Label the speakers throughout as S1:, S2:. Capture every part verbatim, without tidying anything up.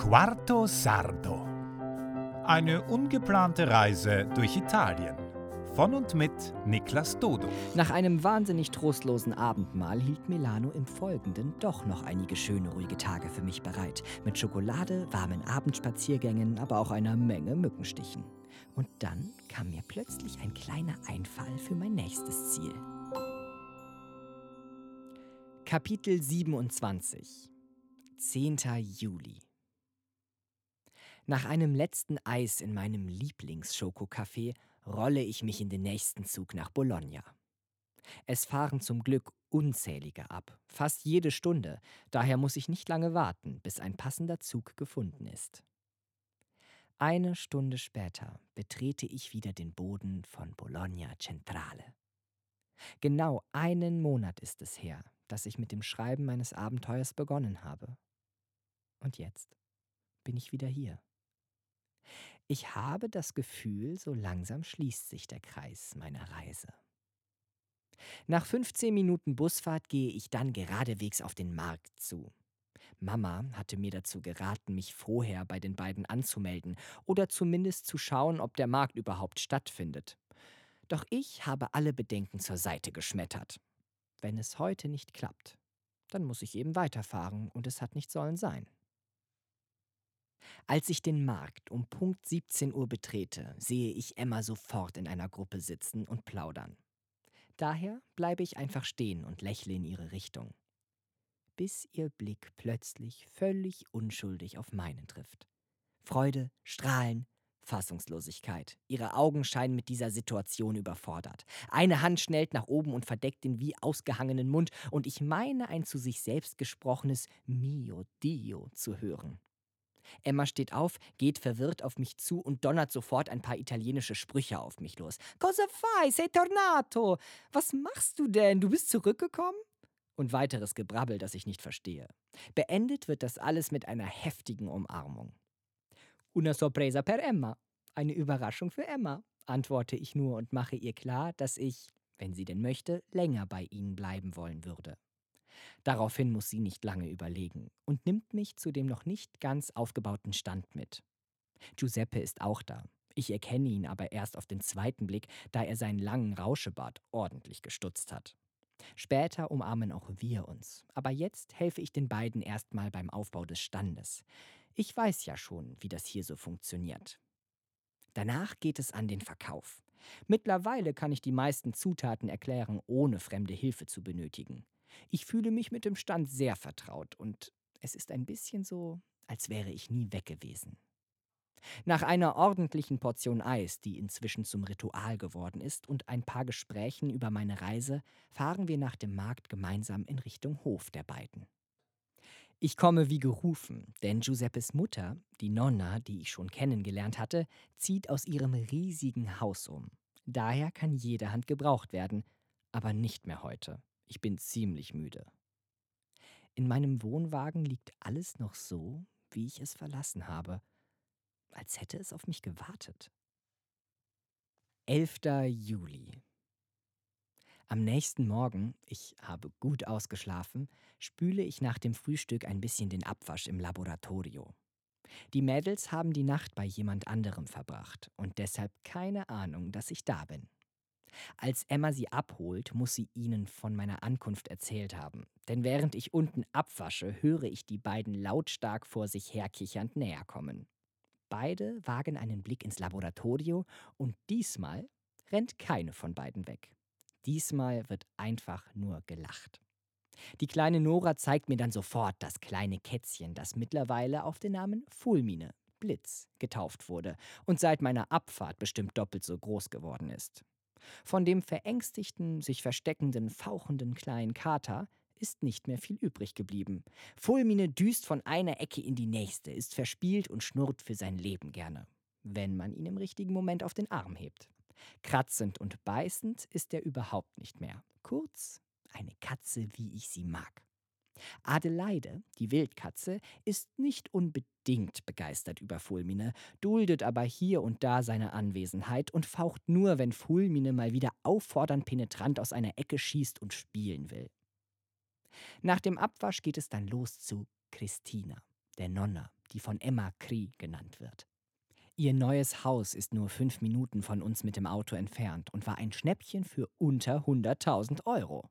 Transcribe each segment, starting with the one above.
S1: Quarto Sardo. Eine ungeplante Reise durch Italien. Von und mit Niklas Dodo.
S2: Nach einem wahnsinnig trostlosen Abendmahl hielt Milano im Folgenden doch noch einige schöne, ruhige Tage für mich bereit. Mit Schokolade, warmen Abendspaziergängen, aber auch einer Menge Mückenstichen. Und dann kam mir plötzlich ein kleiner Einfall für mein nächstes Ziel. Kapitel siebenundzwanzig. zehnter Juli. Nach einem letzten Eis in meinem Lieblings-Schokocafé rolle ich mich in den nächsten Zug nach Bologna. Es fahren zum Glück unzählige ab, fast jede Stunde, daher muss ich nicht lange warten, bis ein passender Zug gefunden ist. Eine Stunde später betrete ich wieder den Boden von Bologna Centrale. Genau einen Monat ist es her, dass ich mit dem Schreiben meines Abenteuers begonnen habe. Und jetzt bin ich wieder hier. Ich habe das Gefühl, so langsam schließt sich der Kreis meiner Reise. Nach fünfzehn Minuten Busfahrt gehe ich dann geradewegs auf den Markt zu. Mama hatte mir dazu geraten, mich vorher bei den beiden anzumelden oder zumindest zu schauen, ob der Markt überhaupt stattfindet. Doch ich habe alle Bedenken zur Seite geschmettert. Wenn es heute nicht klappt, dann muss ich eben weiterfahren und es hat nicht sollen sein. Als ich den Markt um Punkt siebzehn Uhr betrete, sehe ich Emma sofort in einer Gruppe sitzen und plaudern. Daher bleibe ich einfach stehen und lächle in ihre Richtung, bis ihr Blick plötzlich völlig unschuldig auf meinen trifft. Freude, Strahlen, Fassungslosigkeit. Ihre Augen scheinen mit dieser Situation überfordert. Eine Hand schnellt nach oben und verdeckt den wie ausgehangenen Mund, und ich meine ein zu sich selbst gesprochenes Mio Dio zu hören. Emma steht auf, geht verwirrt auf mich zu und donnert sofort ein paar italienische Sprüche auf mich los. Cosa fai? Sei tornato? Was machst du denn? Du bist zurückgekommen? Und weiteres Gebrabbel, das ich nicht verstehe. Beendet wird das alles mit einer heftigen Umarmung. Una sorpresa per Emma. Eine Überraschung für Emma, antworte ich nur und mache ihr klar, dass ich, wenn sie denn möchte, länger bei ihnen bleiben wollen würde. Daraufhin muss sie nicht lange überlegen und nimmt mich zu dem noch nicht ganz aufgebauten Stand mit. Giuseppe ist auch da. Ich erkenne ihn aber erst auf den zweiten Blick, da er seinen langen Rauschebart ordentlich gestutzt hat. Später umarmen auch wir uns, aber jetzt helfe ich den beiden erstmal beim Aufbau des Standes. Ich weiß ja schon, wie das hier so funktioniert. Danach geht es an den Verkauf. Mittlerweile kann ich die meisten Zutaten erklären, ohne fremde Hilfe zu benötigen. Ich fühle mich mit dem Stand sehr vertraut und es ist ein bisschen so, als wäre ich nie weg gewesen. Nach einer ordentlichen Portion Eis, die inzwischen zum Ritual geworden ist, und ein paar Gesprächen über meine Reise, fahren wir nach dem Markt gemeinsam in Richtung Hof der beiden. Ich komme wie gerufen, denn Giuseppes Mutter, die Nonna, die ich schon kennengelernt hatte, zieht aus ihrem riesigen Haus um. Daher kann jede Hand gebraucht werden, aber nicht mehr heute. Ich bin ziemlich müde. In meinem Wohnwagen liegt alles noch so, wie ich es verlassen habe, als hätte es auf mich gewartet. elfter Juli. Am nächsten Morgen, ich habe gut ausgeschlafen, spüle ich nach dem Frühstück ein bisschen den Abwasch im Laboratorio. Die Mädels haben die Nacht bei jemand anderem verbracht und deshalb keine Ahnung, dass ich da bin. Als Emma sie abholt, muss sie ihnen von meiner Ankunft erzählt haben. Denn während ich unten abwasche, höre ich die beiden lautstark vor sich herkichernd näher kommen. Beide wagen einen Blick ins Laboratorio und diesmal rennt keine von beiden weg. Diesmal wird einfach nur gelacht. Die kleine Nora zeigt mir dann sofort das kleine Kätzchen, das mittlerweile auf den Namen Fulmine, Blitz, getauft wurde und seit meiner Abfahrt bestimmt doppelt so groß geworden ist. Von dem verängstigten, sich versteckenden, fauchenden kleinen Kater ist nicht mehr viel übrig geblieben. Fulmine düst von einer Ecke in die nächste, ist verspielt und schnurrt für sein Leben gerne, wenn man ihn im richtigen Moment auf den Arm hebt. Kratzend und beißend ist er überhaupt nicht mehr. Kurz, eine Katze, wie ich sie mag. Adelaide, die Wildkatze, ist nicht unbedingt begeistert über Fulmine, duldet aber hier und da seine Anwesenheit und faucht nur, wenn Fulmine mal wieder auffordernd penetrant aus einer Ecke schießt und spielen will. Nach dem Abwasch geht es dann los zu Christina, der Nonna, die von Emma Cree genannt wird. Ihr neues Haus ist nur fünf Minuten von uns mit dem Auto entfernt und war ein Schnäppchen für unter hunderttausend Euro.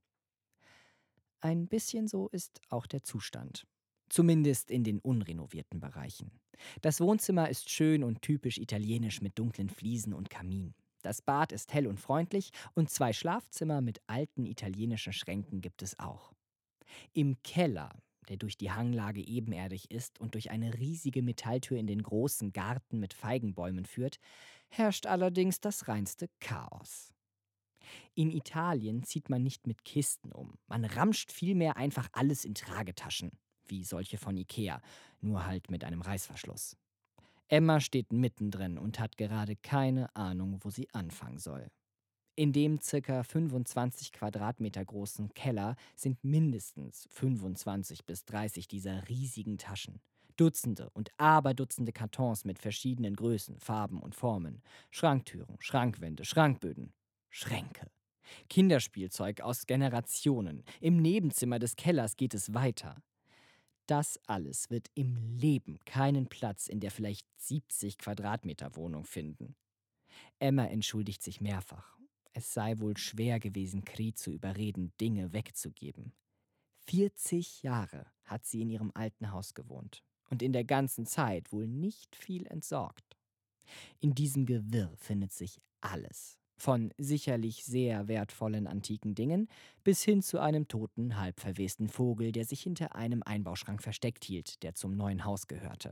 S2: Ein bisschen so ist auch der Zustand. Zumindest in den unrenovierten Bereichen. Das Wohnzimmer ist schön und typisch italienisch mit dunklen Fliesen und Kamin. Das Bad ist hell und freundlich und zwei Schlafzimmer mit alten italienischen Schränken gibt es auch. Im Keller, der durch die Hanglage ebenerdig ist und durch eine riesige Metalltür in den großen Garten mit Feigenbäumen führt, herrscht allerdings das reinste Chaos. In Italien zieht man nicht mit Kisten um. Man ramscht vielmehr einfach alles in Tragetaschen, wie solche von Ikea, nur halt mit einem Reißverschluss. Emma steht mittendrin und hat gerade keine Ahnung, wo sie anfangen soll. In dem ca. fünfundzwanzig Quadratmeter großen Keller sind mindestens fünfundzwanzig bis dreißig dieser riesigen Taschen. Dutzende und Aberdutzende Kartons mit verschiedenen Größen, Farben und Formen. Schranktüren, Schrankwände, Schrankböden, Schränke. Kinderspielzeug aus Generationen. Im Nebenzimmer des Kellers geht es weiter. Das alles wird im Leben keinen Platz in der vielleicht siebzig Quadratmeter Wohnung finden. Emma entschuldigt sich mehrfach. Es sei wohl schwer gewesen, Cree zu überreden, Dinge wegzugeben. vierzig Jahre hat sie in ihrem alten Haus gewohnt und in der ganzen Zeit wohl nicht viel entsorgt. In diesem Gewirr findet sich alles. Von sicherlich sehr wertvollen antiken Dingen bis hin zu einem toten, halb verwesten Vogel, der sich hinter einem Einbauschrank versteckt hielt, der zum neuen Haus gehörte.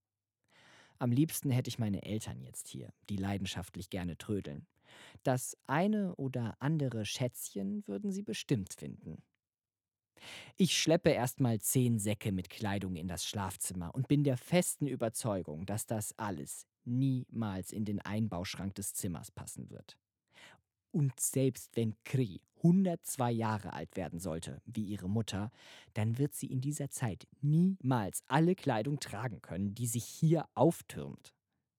S2: Am liebsten hätte ich meine Eltern jetzt hier, die leidenschaftlich gerne trödeln. Das eine oder andere Schätzchen würden sie bestimmt finden. Ich schleppe erstmal zehn Säcke mit Kleidung in das Schlafzimmer und bin der festen Überzeugung, dass das alles niemals in den Einbauschrank des Zimmers passen wird. Und selbst wenn Cree hundertzwei Jahre alt werden sollte, wie ihre Mutter, dann wird sie in dieser Zeit niemals alle Kleidung tragen können, die sich hier auftürmt.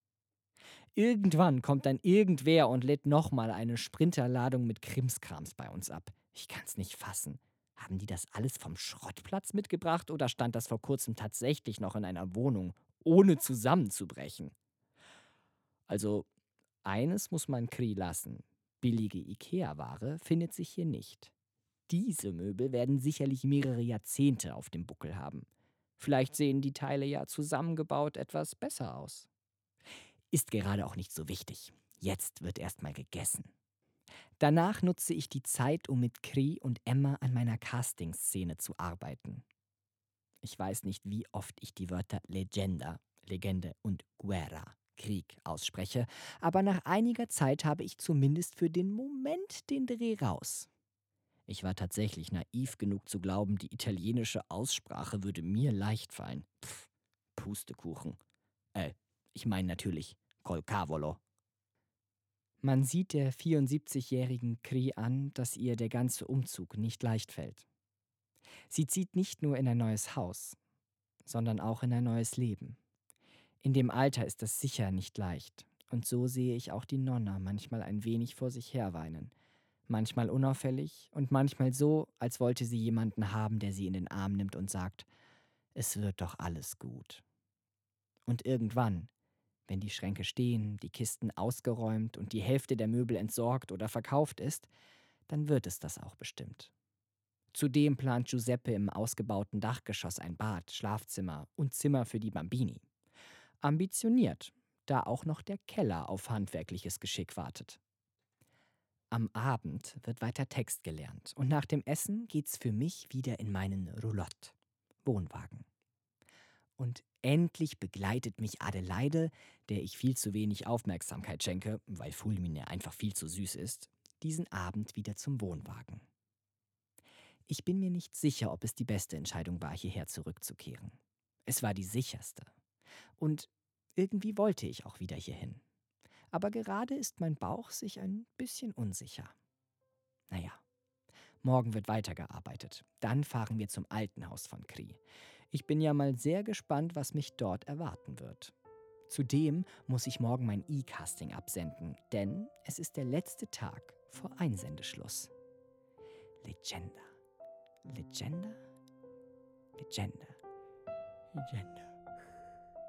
S2: Irgendwann kommt dann irgendwer und lädt nochmal eine Sprinterladung mit Krimskrams bei uns ab. Ich kann's nicht fassen. Haben die das alles vom Schrottplatz mitgebracht oder stand das vor kurzem tatsächlich noch in einer Wohnung, ohne zusammenzubrechen? Also, eines muss man Cree lassen. Billige Ikea-Ware findet sich hier nicht. Diese Möbel werden sicherlich mehrere Jahrzehnte auf dem Buckel haben. Vielleicht sehen die Teile ja zusammengebaut etwas besser aus. Ist gerade auch nicht so wichtig. Jetzt wird erstmal gegessen. Danach nutze ich die Zeit, um mit Cree und Emma an meiner Casting-Szene zu arbeiten. Ich weiß nicht, wie oft ich die Wörter Legenda, Legende und Guerra, Krieg, ausspreche, aber nach einiger Zeit habe ich zumindest für den Moment den Dreh raus. Ich war tatsächlich naiv genug zu glauben, die italienische Aussprache würde mir leicht fallen. Pff, Pustekuchen. Äh, ich meine natürlich col cavolo. Man sieht der vierundsiebzigjährigen Cree an, dass ihr der ganze Umzug nicht leicht fällt. Sie zieht nicht nur in ein neues Haus, sondern auch in ein neues Leben. In dem Alter ist das sicher nicht leicht. Und so sehe ich auch die Nonna manchmal ein wenig vor sich herweinen. Manchmal unauffällig und manchmal so, als wollte sie jemanden haben, der sie in den Arm nimmt und sagt, es wird doch alles gut. Und irgendwann, wenn die Schränke stehen, die Kisten ausgeräumt und die Hälfte der Möbel entsorgt oder verkauft ist, dann wird es das auch bestimmt. Zudem plant Giuseppe im ausgebauten Dachgeschoss ein Bad, Schlafzimmer und Zimmer für die Bambini. Ambitioniert, da auch noch der Keller auf handwerkliches Geschick wartet. Am Abend wird weiter Text gelernt und nach dem Essen geht's für mich wieder in meinen Roulotte, Wohnwagen. Und endlich begleitet mich Adelaide, der ich viel zu wenig Aufmerksamkeit schenke, weil Fulmine einfach viel zu süß ist, diesen Abend wieder zum Wohnwagen. Ich bin mir nicht sicher, ob es die beste Entscheidung war, hierher zurückzukehren. Es war die sicherste. Und irgendwie wollte ich auch wieder hierhin. Aber gerade ist mein Bauch sich ein bisschen unsicher. Naja, morgen wird weitergearbeitet. Dann fahren wir zum alten Haus von Cree. Ich bin ja mal sehr gespannt, was mich dort erwarten wird. Zudem muss ich morgen mein E-Casting absenden, denn es ist der letzte Tag vor Einsendeschluss. Legenda. Legenda? Legenda. Legenda.